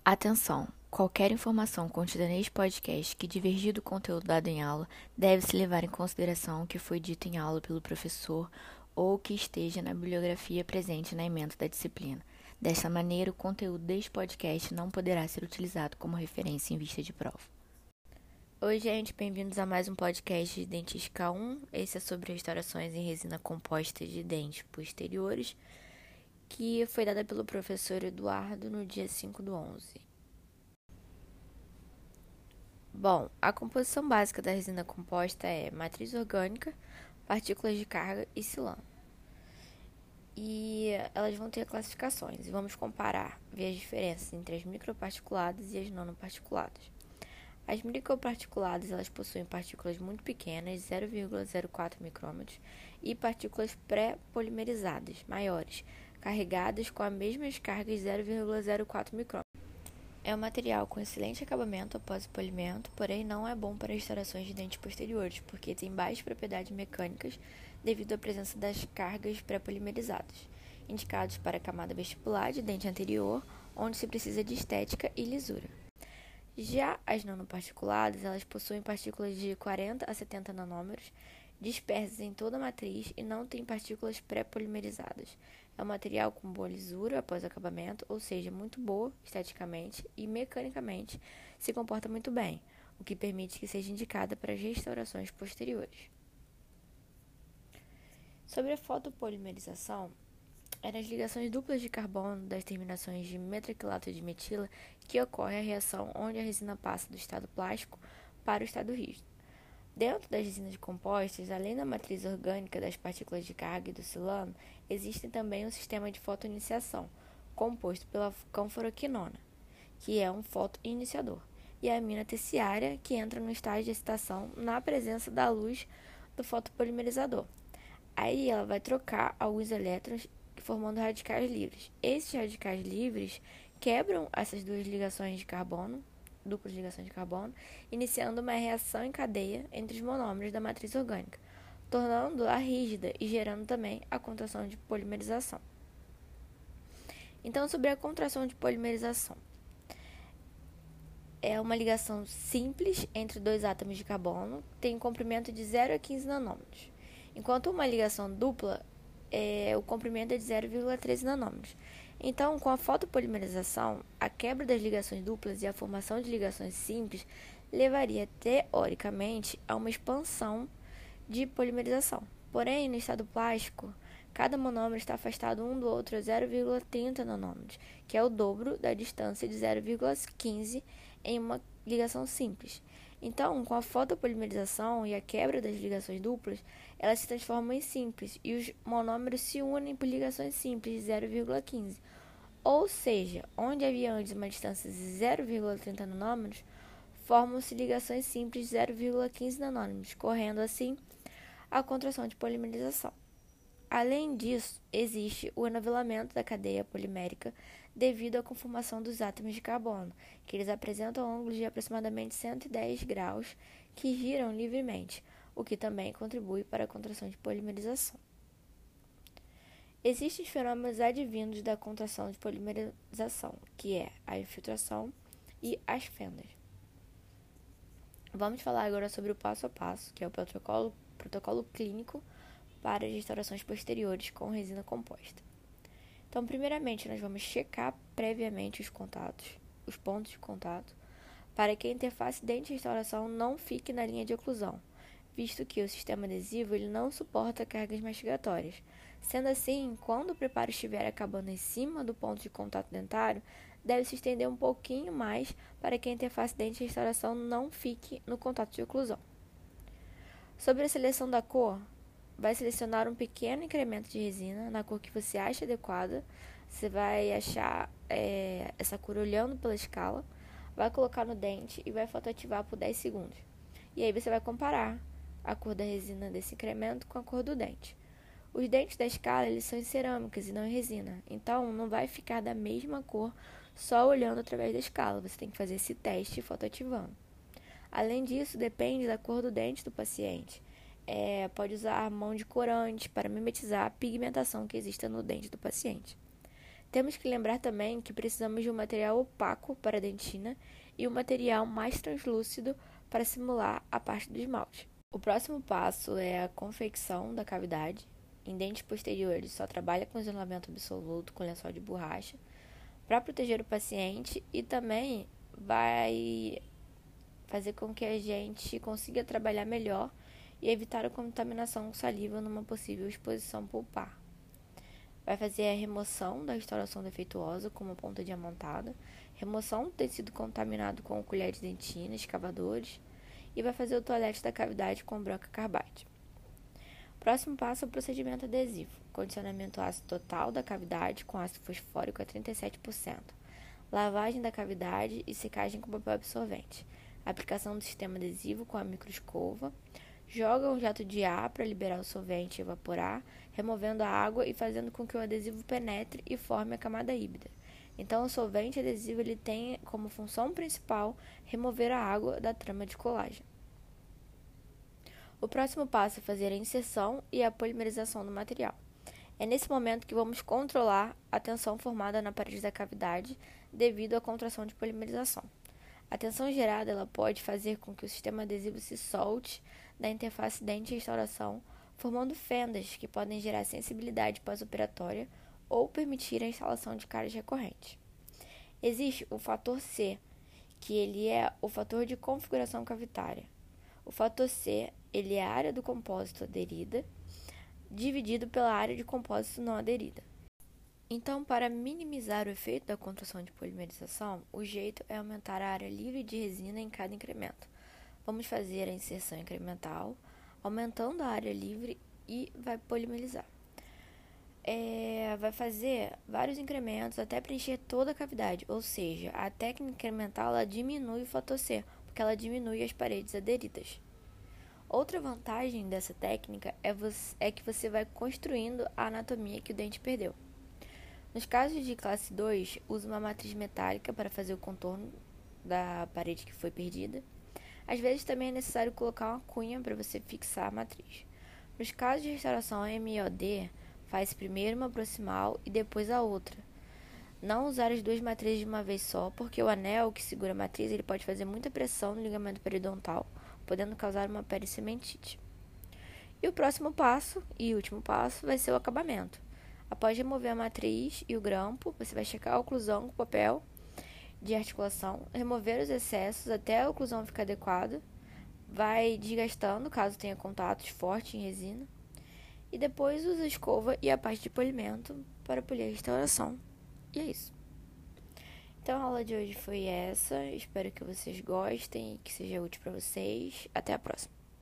Atenção! Qualquer informação contida neste podcast que divergir do conteúdo dado em aula deve-se levar em consideração o que foi dito em aula pelo professor ou que esteja na bibliografia presente na ementa da disciplina. Desta maneira, o conteúdo deste podcast não poderá ser utilizado como referência em vista de prova. Oi, gente, bem-vindos a mais um podcast de Dentística 1. Esse é sobre restaurações em resina composta de dentes posteriores, que foi dada pelo professor Eduardo no dia 5/11. Bom, a composição básica da resina composta é matriz orgânica, partículas de carga e silano. E elas vão ter classificações e vamos comparar, ver as diferenças entre as microparticuladas e as nanoparticuladas. As microparticuladas elas possuem partículas muito pequenas, 0,04 micrômetros, e partículas pré-polimerizadas, maiores, carregadas com as mesmas cargas 0,04 micrômetros. É um material com excelente acabamento após o polimento, porém não é bom para restaurações de dentes posteriores, porque tem baixas propriedades mecânicas devido à presença das cargas pré-polimerizadas, indicados para a camada vestibular de dente anterior, onde se precisa de estética e lisura. Já as nanoparticuladas, elas possuem partículas de 40 a 70 nanômetros, dispersas em toda a matriz e não têm partículas pré-polimerizadas. É um material com boa lisura após o acabamento, ou seja, muito boa esteticamente e mecanicamente se comporta muito bem, o que permite que seja indicada para as restaurações posteriores. Sobre a fotopolimerização, é nas ligações duplas de carbono das terminações de metacrilato de metila que ocorre a reação onde a resina passa do estado plástico para o estado rígido. Dentro das resinas compostas, além da matriz orgânica das partículas de carga e do silano, existe também um sistema de fotoiniciação, composto pela canforoquinona, que é um fotoiniciador, e a amina terciária, que entra no estágio de excitação na presença da luz do fotopolimerizador. Aí ela vai trocar alguns elétrons, formando radicais livres. Esses radicais livres quebram essas duas ligações de carbono, duplas ligações de carbono, iniciando uma reação em cadeia entre os monômeros da matriz orgânica, tornando-a rígida e gerando também a contração de polimerização. Então, sobre a contração de polimerização. É uma ligação simples entre dois átomos de carbono, tem um comprimento de 0 a 15 nanômetros, enquanto uma ligação dupla, o comprimento é de 0,13 nanômetros. Então, com a fotopolimerização, a quebra das ligações duplas e a formação de ligações simples levaria, teoricamente, a uma expansão de polimerização. Porém, no estado plástico, cada monômero está afastado um do outro a 0,30 nanômetros, que é o dobro da distância de 0,15 em uma ligação simples. Então, com a fotopolimerização e a quebra das ligações duplas, elas se transformam em simples e os monômeros se unem por ligações simples de 0,15. Ou seja, onde havia antes uma distância de 0,30 nanômetros, formam-se ligações simples de 0,15 nanômetros, correndo assim a contração de polimerização. Além disso, existe o anavelamento da cadeia polimérica devido à conformação dos átomos de carbono, que eles apresentam ângulos de aproximadamente 110 graus que giram livremente, o que também contribui para a contração de polimerização. Existem fenômenos advindos da contração de polimerização, que é a infiltração e as fendas. Vamos falar agora sobre o passo a passo, que é o protocolo clínico para as restaurações posteriores com resina composta. Então, primeiramente, nós vamos checar previamente os pontos de contato, para que a interface dente-restauração não fique na linha de oclusão, visto que o sistema adesivo ele não suporta cargas mastigatórias. Sendo assim, quando o preparo estiver acabando em cima do ponto de contato dentário, deve se estender um pouquinho mais para que a interface dente-restauração não fique no contato de oclusão. Sobre a seleção da cor, vai selecionar um pequeno incremento de resina na cor que você acha adequada. Você vai achar essa cor olhando pela escala, vai colocar no dente e vai fotoativar por 10 segundos. E aí você vai comparar a cor da resina desse incremento com a cor do dente. Os dentes da escala eles são em cerâmicas e não em resina, então não vai ficar da mesma cor só olhando através da escala. Você tem que fazer esse teste fotoativando. Além disso, depende da cor do dente do paciente. Pode usar mão de corante para mimetizar a pigmentação que exista no dente do paciente. Temos que lembrar também que precisamos de um material opaco para a dentina e um material mais translúcido para simular a parte do esmalte. O próximo passo é a confecção da cavidade. Em dentes posteriores, só trabalha com isolamento absoluto com lençol de borracha para proteger o paciente e também vai fazer com que a gente consiga trabalhar melhor e evitar a contaminação com saliva numa possível exposição pulpar. Vai fazer a remoção da restauração defeituosa com uma ponta diamantada, remoção do tecido contaminado com colheres dentina, escavadores e vai fazer o toalete da cavidade com broca carbide. Próximo passo é o procedimento adesivo. Condicionamento ácido total da cavidade com ácido fosfórico a 37%. Lavagem da cavidade e secagem com papel absorvente. Aplicação do sistema adesivo com a microescova. Joga um jato de ar para liberar o solvente e evaporar, removendo a água e fazendo com que o adesivo penetre e forme a camada híbrida. Então, o solvente adesivo ele tem como função principal remover a água da trama de colagem. O próximo passo é fazer a inserção e a polimerização do material. É nesse momento que vamos controlar a tensão formada na parede da cavidade devido à contração de polimerização. A tensão gerada ela pode fazer com que o sistema adesivo se solte da interface dente-restauração, formando fendas que podem gerar sensibilidade pós-operatória ou permitir a instalação de cáries recorrentes. Existe o fator C, que ele é o fator de configuração cavitária. O fator C ele é a área do compósito aderida dividido pela área de compósito não aderida. Então, para minimizar o efeito da contração de polimerização, o jeito é aumentar a área livre de resina em cada incremento. Vamos fazer a inserção incremental, aumentando a área livre e vai polimerizar. Vai fazer vários incrementos até preencher toda a cavidade, ou seja, a técnica incremental ela diminui o fator C, porque ela diminui as paredes aderidas. Outra vantagem dessa técnica é que você vai construindo a anatomia que o dente perdeu. Nos casos de classe 2, use uma matriz metálica para fazer o contorno da parede que foi perdida. Às vezes também é necessário colocar uma cunha para você fixar a matriz. Nos casos de restauração MOD, faz primeiro uma proximal e depois a outra. Não usar as duas matrizes de uma vez só, porque o anel que segura a matriz ele pode fazer muita pressão no ligamento periodontal, podendo causar uma pericementite. E o próximo passo, e último passo, vai ser o acabamento. Após remover a matriz e o grampo, você vai checar a oclusão com papel de articulação, remover os excessos até a oclusão ficar adequada, vai desgastando caso tenha contatos fortes em resina, e depois usa a escova e a parte de polimento para polir a restauração. E é isso. Então a aula de hoje foi essa, espero que vocês gostem e que seja útil para vocês. Até a próxima.